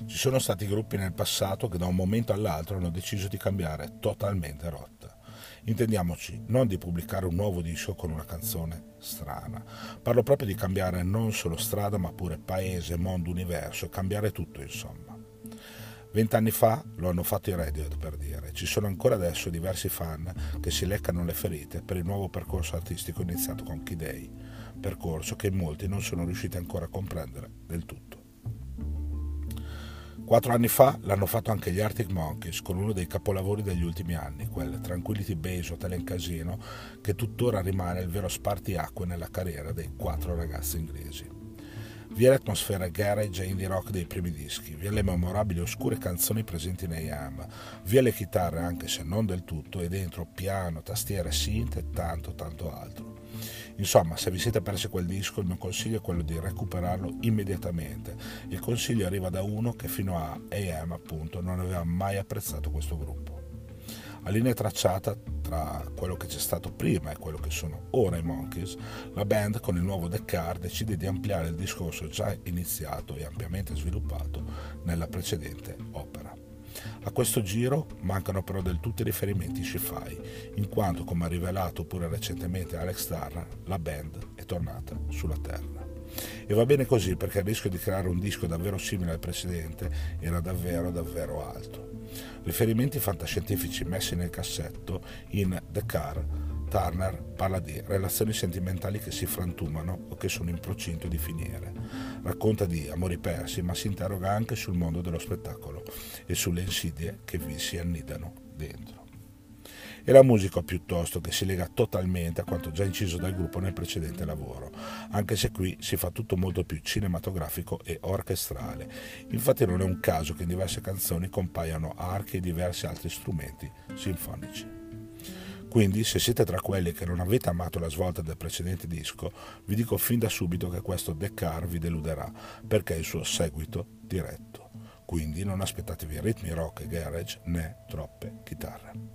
Ci sono stati gruppi nel passato che da un momento all'altro hanno deciso di cambiare totalmente rotta. Intendiamoci, non di pubblicare un nuovo disco con una canzone strana. Parlo proprio di cambiare non solo strada, ma pure paese, mondo, universo, cambiare tutto, insomma. 20 anni fa lo hanno fatto i Radiohead, per dire. Ci sono ancora adesso diversi fan che si leccano le ferite per il nuovo percorso artistico iniziato con Kid A, percorso che molti non sono riusciti ancora a comprendere del tutto. 4 anni fa l'hanno fatto anche gli Arctic Monkeys con uno dei capolavori degli ultimi anni, quel Tranquility Base Hotel and Casino, che tuttora rimane il vero spartiacque nella carriera dei 4 ragazzi inglesi. Via l'atmosfera garage e indie rock dei primi dischi, via le memorabili oscure canzoni presenti nei AM, via le chitarre anche se non del tutto e dentro piano, tastiere, synth e tanto tanto altro. Insomma, se vi siete persi quel disco, il mio consiglio è quello di recuperarlo immediatamente. Il consiglio arriva da uno che fino a AM appunto non aveva mai apprezzato questo gruppo. A linea tracciata tra quello che c'è stato prima e quello che sono ora i Monkeys, la band con il nuovo The Car decide di ampliare il discorso già iniziato e ampiamente sviluppato nella precedente opera. A questo giro mancano però del tutto i riferimenti sci-fi, in quanto, come ha rivelato pure recentemente Alex Turner, la band è tornata sulla Terra. E va bene così, perché il rischio di creare un disco davvero simile al precedente era davvero davvero alto. Riferimenti fantascientifici messi nel cassetto, in The Car, Turner parla di relazioni sentimentali che si frantumano o che sono in procinto di finire. Racconta di amori persi, ma si interroga anche sul mondo dello spettacolo e sulle insidie che vi si annidano dentro. E la musica piuttosto che si lega totalmente a quanto già inciso dal gruppo nel precedente lavoro, anche se qui si fa tutto molto più cinematografico e orchestrale. Infatti non è un caso che in diverse canzoni compaiano archi e diversi altri strumenti sinfonici. Quindi, se siete tra quelli che non avete amato la svolta del precedente disco, vi dico fin da subito che questo The Car vi deluderà, perché è il suo seguito diretto. Quindi non aspettatevi ritmi rock e garage né troppe chitarre.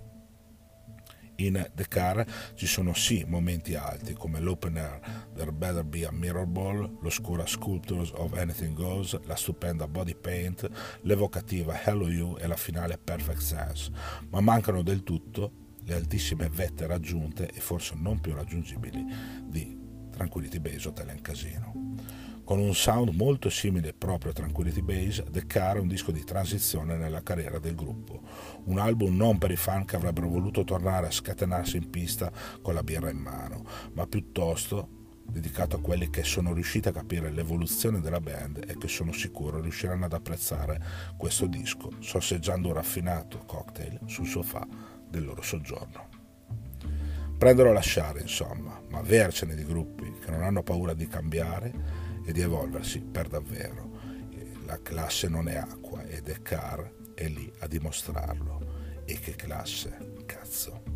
In The Car ci sono sì momenti alti come l'opener There Better Be a Mirror Ball, l'oscura Sculptures of Anything Goes, la stupenda Body Paint, l'evocativa Hello You e la finale Perfect Sense, ma mancano del tutto le altissime vette raggiunte e forse non più raggiungibili di Tranquility Base Hotel and Casino. Con un sound molto simile proprio a Tranquility Base, The Car è un disco di transizione nella carriera del gruppo. Un album non per i fan che avrebbero voluto tornare a scatenarsi in pista con la birra in mano, ma piuttosto dedicato a quelli che sono riusciti a capire l'evoluzione della band e che sono sicuro riusciranno ad apprezzare questo disco, sorseggiando un raffinato cocktail sul sofà del loro soggiorno. Prendere o lasciare, insomma, ma avercene di gruppi che non hanno paura di cambiare e di evolversi per davvero. La classe non è acqua e The Car è lì a dimostrarlo. E che classe, cazzo!